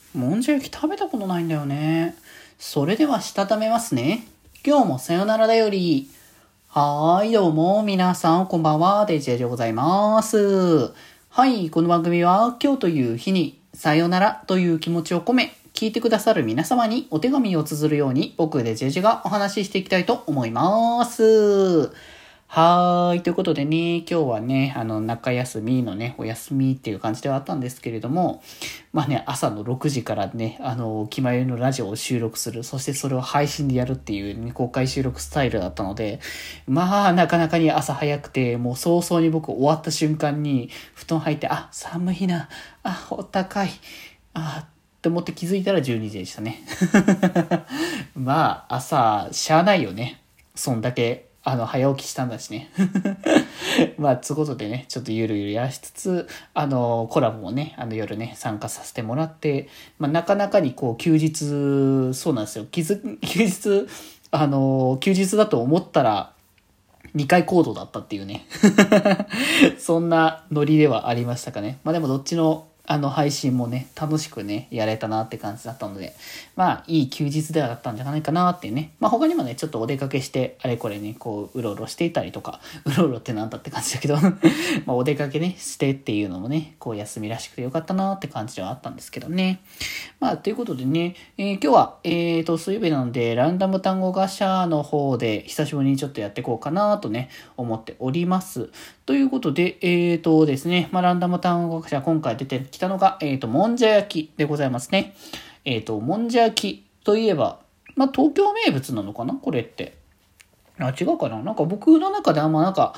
もんじゃ焼き食べたことないんだよね。それではしたためますね。今日もさよならだより。はーい、どうも、皆さん、こんばんは、デジェでございます。はい、この番組は、今日という日に、さよならという気持ちを込め、聞いてくださる皆様にお手紙を綴るように、僕デジェジがお話ししていきたいと思います。はーい。ということでね、今日はね、中休みのね、お休みっていう感じではあったんですけれども、まあね、朝の6時からね、気まゆのラジオを収録する、そしてそれを配信でやるっていうね、公開収録スタイルだったので、まあ、なかなかに朝早くて、もう早々に僕終わった瞬間に、布団入って、あ、寒いな、あ、お高い、あ、って思って気づいたら12時でしたね。まあ、朝、しゃあないよね。そんだけ。早起きしたんだしね。まあ、つうことでね、ちょっとゆるゆるやらしつつ、コラボもね、夜ね、参加させてもらって、まあ、なかなかにこう、休日、そうなんですよ。休日、休日だと思ったら、2回行動だったっていうね。そんなノリではありましたかね。まあでもどっちの配信もね、楽しくね、やれたなって感じだったので、まあ、いい休日ではあったんじゃないかなっていうね。まあ他にもね、ちょっとお出かけして、あれこれね、こう、うろうろしていたりとか、うろうろってなんだって感じだけど、まあお出かけね、してっていうのもね、こう休みらしくてよかったなって感じではあったんですけどね。まあ、ということでね、今日は、水曜日なので、ランダム単語ガシャの方で、久しぶりにちょっとやっていこうかなとね、思っております。ということで、ですね、まあ、ランダム単語ガシャ、今回出てきたのが、もんじゃ焼きでございますね。もんじゃ焼きといえば、まあ、東京名物なのかなこれって。あ、違うかななんか僕の中で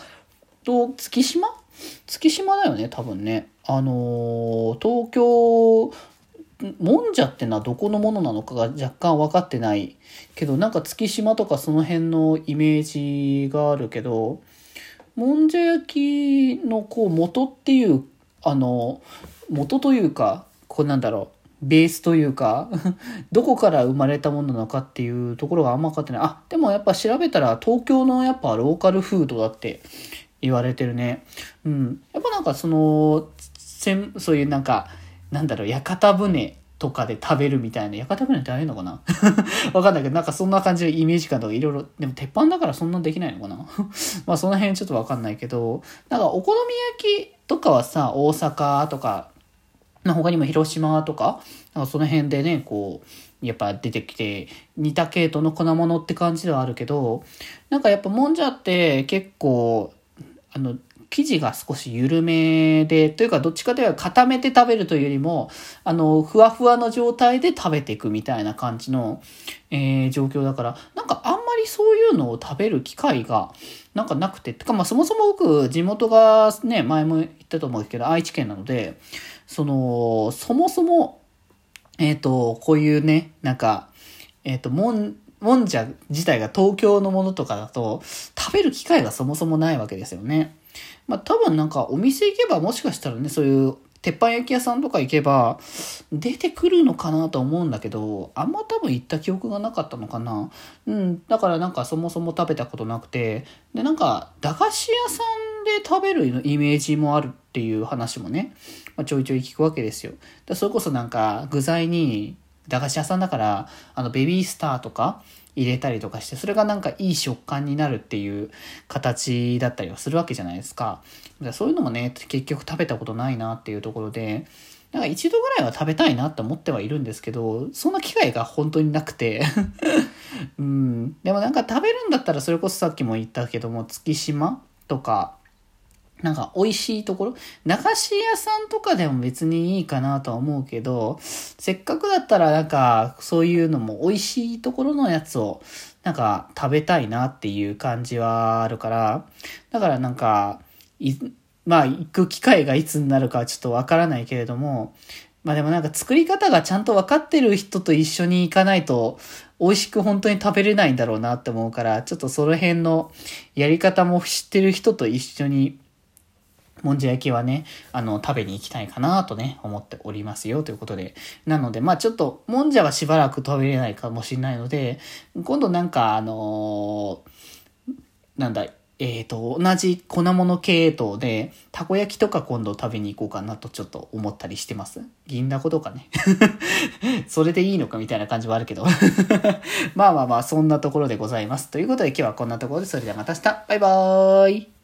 月島だよね、多分ね。東京、もんじゃってのはどこのものなのかが若干分かってないけど、なんか月島とかその辺のイメージがあるけど、もんじゃ焼きのこう元っていう、元というか、こうなんだろう、ベースというか、どこから生まれたものなのかっていうところがあんま分かってない。あ、でもやっぱ調べたら東京のやっぱローカルフードだって言われてるね。うん。やっぱなんかそういうなんか、なんだろう、屋形船とかで食べるみたいな、屋形船ってああいうのかなわかんないけど、なんかそんな感じのイメージ感とかいろいろ、でも鉄板だからそんなできないのかなまあその辺ちょっとわかんないけど、なんかお好み焼きとかはさ、大阪とか、他にも広島とか、なんかその辺でね、こう、やっぱ出てきて、似た系統の粉物って感じではあるけど、なんかやっぱもんじゃって結構、生地が少し緩めで、というかどっちかというと固めて食べるというよりも、ふわふわの状態で食べていくみたいな感じの、状況だから、なんかあんまりそういうのを食べる機会が、なんかなくて、てかまあそもそも僕、地元がね、前も言ったと思うけど、愛知県なので、そもそも、こういうね、なんか、もんじゃ自体が東京のものとかだと、食べる機会がそもそもないわけですよね。まあ多分なんかお店行けばもしかしたらね、そういう鉄板焼き屋さんとか行けば出てくるのかなと思うんだけど、あんま多分行った記憶がなかったのかな。うん。だからなんかそもそも食べたことなくて、でなんか駄菓子屋さんで食べるイメージもあるっていう話もね、まあ、ちょいちょい聞くわけですよ。それこそなんか具材に駄菓子屋さんだから、ベビースターとか入れたりとかして、それがなんかいい食感になるっていう形だったりはするわけじゃないですか。そういうのもね、結局食べたことないなっていうところで、なんか一度ぐらいは食べたいなって思ってはいるんですけど、そんな機会が本当になくて。うん。でもなんか食べるんだったらそれこそさっきも言ったけども、月島とか、なんか美味しいところ、流し屋さんとかでも別にいいかなとは思うけど、せっかくだったらなんかそういうのも美味しいところのやつをなんか食べたいなっていう感じはあるから、だからなんか、まあ行く機会がいつになるかはちょっとわからないけれども、まあでもなんか作り方がちゃんと分かってる人と一緒に行かないと美味しく本当に食べれないんだろうなって思うから、ちょっとその辺のやり方も知ってる人と一緒にもんじゃ焼きはね、食べに行きたいかなとね、思っておりますよということで。なので、まあちょっと、もんじゃはしばらく食べれないかもしれないので、今度なんか、なんだ、 同じ粉物系統で、たこ焼きとか今度食べに行こうかなとちょっと思ったりしてます。銀だことかね。それでいいのかみたいな感じはあるけど。まあまあまあ、そんなところでございます。ということで今日はこんなところで、それではまた明日。バイバーイ。